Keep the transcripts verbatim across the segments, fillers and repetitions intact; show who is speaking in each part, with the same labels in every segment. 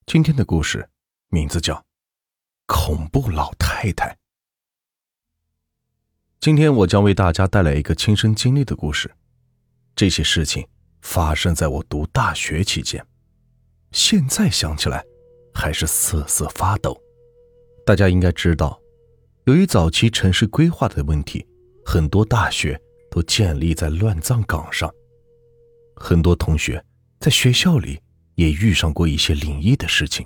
Speaker 1: 今天的故事名字叫《恐怖老太太》。今天我将为大家带来一个亲身经历的故事。这些事情发生在我读大学期间，现在想起来还是瑟瑟发抖。大家应该知道，由于早期城市规划的问题，很多大学都建立在乱葬岗上。很多同学在学校里也遇上过一些灵异的事情。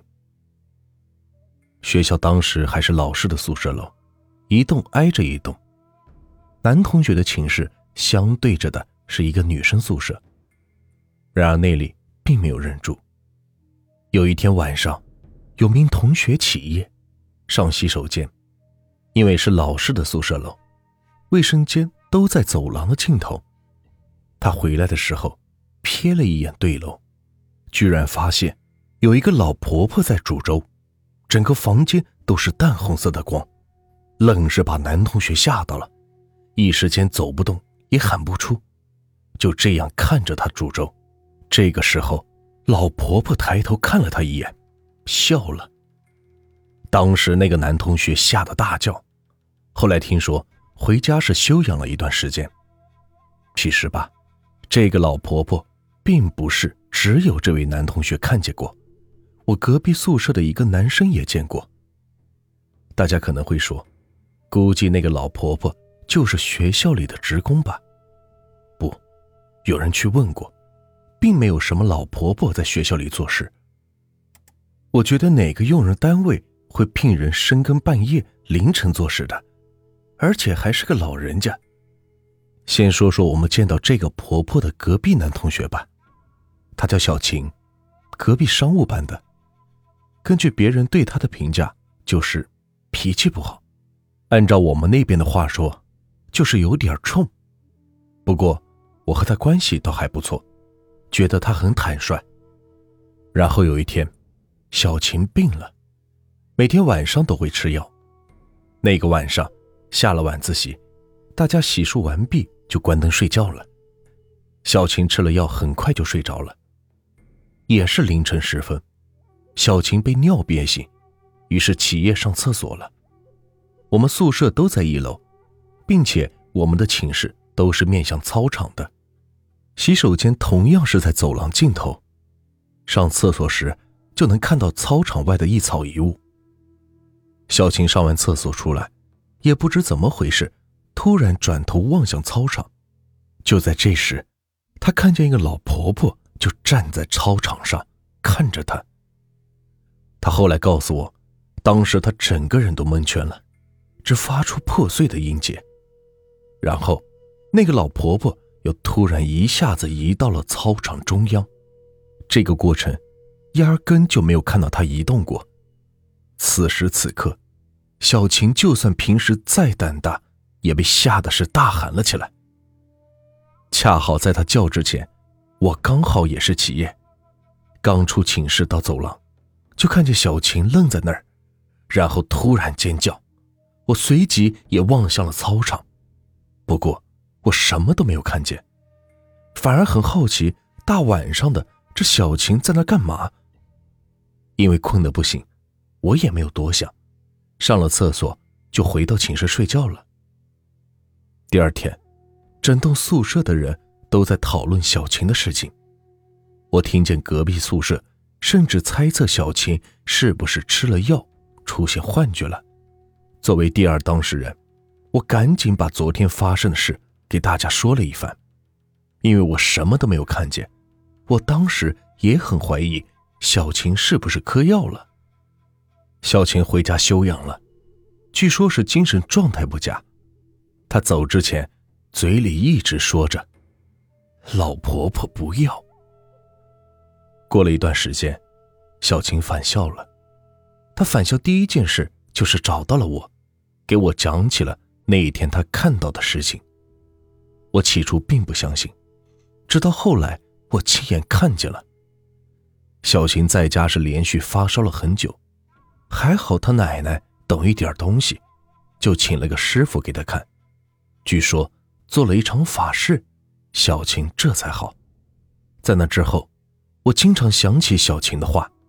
Speaker 1: 学校当时还是老式的宿舍楼，一栋挨着一栋。男同学的寝室相对着的是一个女生宿舍，然而那里并没有人住。有一天晚上，有名同学起夜上洗手间，因为是老式的宿舍楼，卫生间都在走廊的尽头。他回来的时候瞥了一眼对楼，居然发现有一个老婆婆在煮粥，整个房间都是淡红色的光，愣是把男同学吓到了，一时间走不动也喊不出，就这样看着她煮粥。这个时候老婆婆抬头看了她一眼，笑了。当时那个男同学吓得大叫，后来听说回家是休养了一段时间。其实吧，这个老婆婆并不是只有这位男同学看见过，我隔壁宿舍的一个男生也见过。大家可能会说，估计那个老婆婆就是学校里的职工吧。不，有人去问过，并没有什么老婆婆在学校里做事。我觉得哪个用人单位会聘人深更半夜凌晨做事的，而且还是个老人家。先说说我们见到这个婆婆的隔壁男同学吧，她叫小晴，隔壁商务班的。根据别人对她的评价，就是脾气不好，按照我们那边的话说，就是有点冲。不过我和她关系倒还不错，觉得她很坦率。然后有一天，小晴病了，每天晚上都会吃药。那个晚上下了晚自习，大家洗漱完毕就关灯睡觉了。小晴吃了药很快就睡着了。也是凌晨时分，小晴被尿憋醒，于是起夜上厕所了。我们宿舍都在一楼，并且我们的寝室都是面向操场的，洗手间同样是在走廊尽头。上厕所时就能看到操场外的一草一木。小晴上完厕所出来，也不知怎么回事，突然转头望向操场。就在这时，她看见一个老婆婆就站在操场上看着她。她后来告诉我，当时她整个人都蒙圈了，只发出破碎的音节。然后那个老婆婆又突然一下子移到了操场中央，这个过程压根就没有看到她移动过。此时此刻，小晴就算平时再胆大，也被吓得是大喊了起来。恰好在她叫之前，我刚好也是起夜，刚出寝室到走廊，就看见小晴愣在那儿，然后突然尖叫。我随即也望向了操场，不过我什么都没有看见，反而很好奇，大晚上的这小晴在那干嘛？因为困得不行，我也没有多想，上了厕所就回到寝室睡觉了。第二天，整栋宿舍的人都在讨论小晴的事情。我听见隔壁宿舍甚至猜测小晴是不是吃了药出现幻觉了。作为第二当事人，我赶紧把昨天发生的事给大家说了一番。因为我什么都没有看见，我当时也很怀疑小晴是不是嗑药了。小晴回家休养了，据说是精神状态不佳。她走之前嘴里一直说着老婆婆不要。过了一段时间，小晴返校了。她返校第一件事就是找到了我，给我讲起了那一天她看到的事情。我起初并不相信，直到后来我亲眼看见了。小晴在家是连续发烧了很久，还好她奶奶懂一点东西，就请了个师傅给她看。据说做了一场法事，小晴这才好。在那之后，我经常想起小晴的话，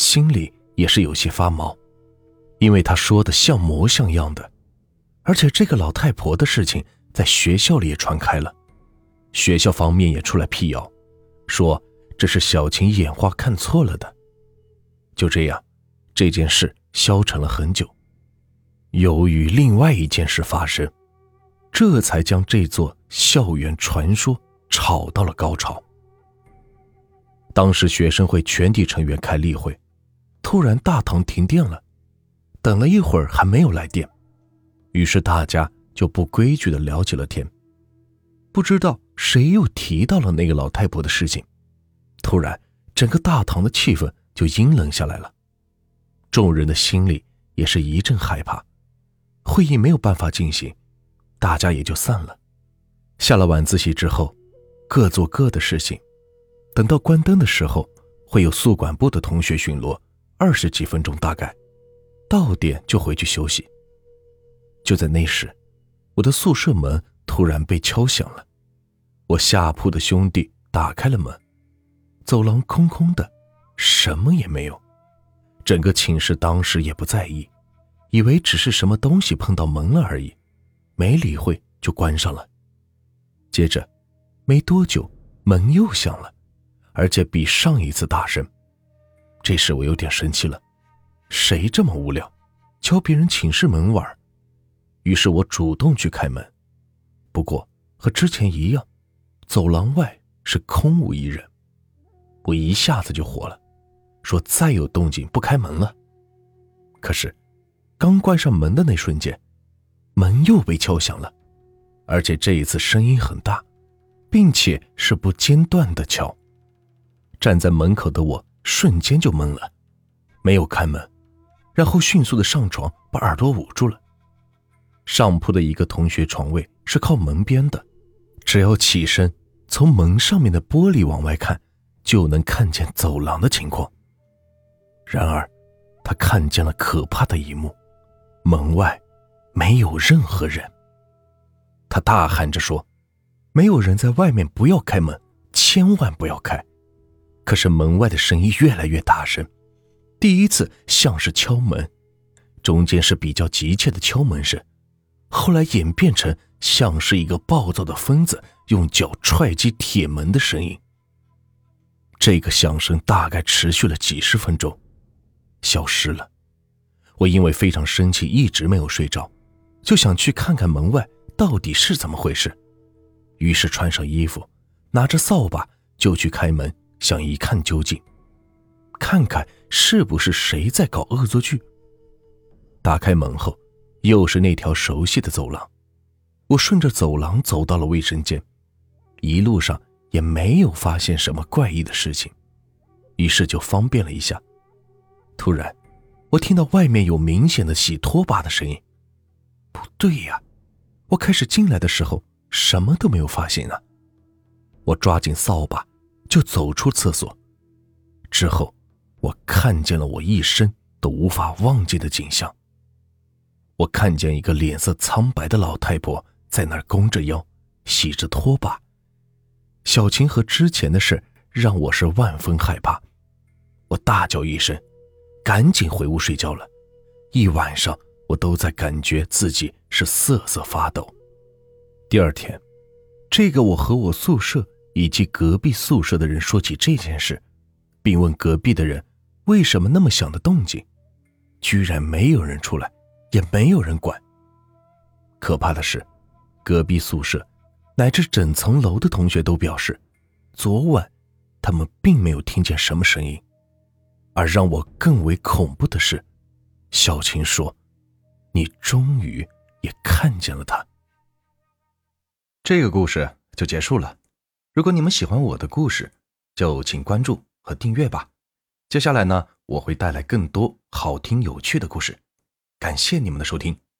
Speaker 1: 心里也是有些发毛，因为他说的像模像样的，而且这个老太婆的事情在学校里也传开了，学校方面也出来辟谣，说这是小琴眼花看错了的。就这样，这件事消沉了很久。由于另外一件事发生，这才将这座校园传说炒到了高潮。当时学生会全体成员开例会，突然大堂停电了，等了一会儿还没有来电，于是大家就不规矩地聊起了天。不知道谁又提到了那个老太婆的事情，突然整个大堂的气氛就阴冷下来了，众人的心里也是一阵害怕。会议没有办法进行，大家也就散了。下了晚自习之后，各做各的事情，等到关灯的时候，会有宿管部的同学巡逻二十几分钟大概，到点就回去休息。就在那时，我的宿舍门突然被敲响了，我下铺的兄弟打开了门，走廊空空的，什么也没有。整个寝室当时也不在意，以为只是什么东西碰到门了而已，没理会就关上了。接着没多久，门又响了，而且比上一次大声。这时我有点生气了，谁这么无聊，敲别人寝室门玩？于是我主动去开门，不过和之前一样，走廊外是空无一人。我一下子就火了，说再有动静不开门了。可是刚关上门的那瞬间，门又被敲响了，而且这一次声音很大，并且是不间断的敲。站在门口的我瞬间就懵了，没有开门，然后迅速的上床把耳朵捂住了。上铺的一个同学床位是靠门边的，只要起身从门上面的玻璃往外看，就能看见走廊的情况。然而他看见了可怕的一幕，门外没有任何人。他大喊着说，没有人在外面，不要开门，千万不要开。可是门外的声音越来越大声，第一次像是敲门，中间是比较急切的敲门声，后来演变成像是一个暴躁的疯子用脚踹击铁门的声音。这个响声大概持续了几十分钟，消失了。我因为非常生气，一直没有睡着，就想去看看门外到底是怎么回事。于是穿上衣服，拿着扫把就去开门，想一看究竟，看看是不是谁在搞恶作剧。打开门后，又是那条熟悉的走廊。我顺着走廊走到了卫生间，一路上也没有发现什么怪异的事情，于是就方便了一下。突然我听到外面有明显的洗拖把的声音。不对呀，我开始进来的时候什么都没有发现啊。我抓紧扫把就走出厕所，之后我看见了我一生都无法忘记的景象。我看见一个脸色苍白的老太婆在那儿弓着腰洗着拖把。小琴和之前的事让我是万分害怕，我大叫一声，赶紧回屋睡觉了。一晚上我都在感觉自己是瑟瑟发抖。第二天，这个我和我宿舍以及隔壁宿舍的人说起这件事，并问隔壁的人为什么那么响的动静，居然没有人出来，也没有人管。可怕的是，隔壁宿舍乃至整层楼的同学都表示，昨晚他们并没有听见什么声音。而让我更为恐怖的是，小琴说，你终于也看见了他。这个故事就结束了。如果你们喜欢我的故事，就请关注和订阅吧。接下来呢，我会带来更多好听有趣的故事。感谢你们的收听。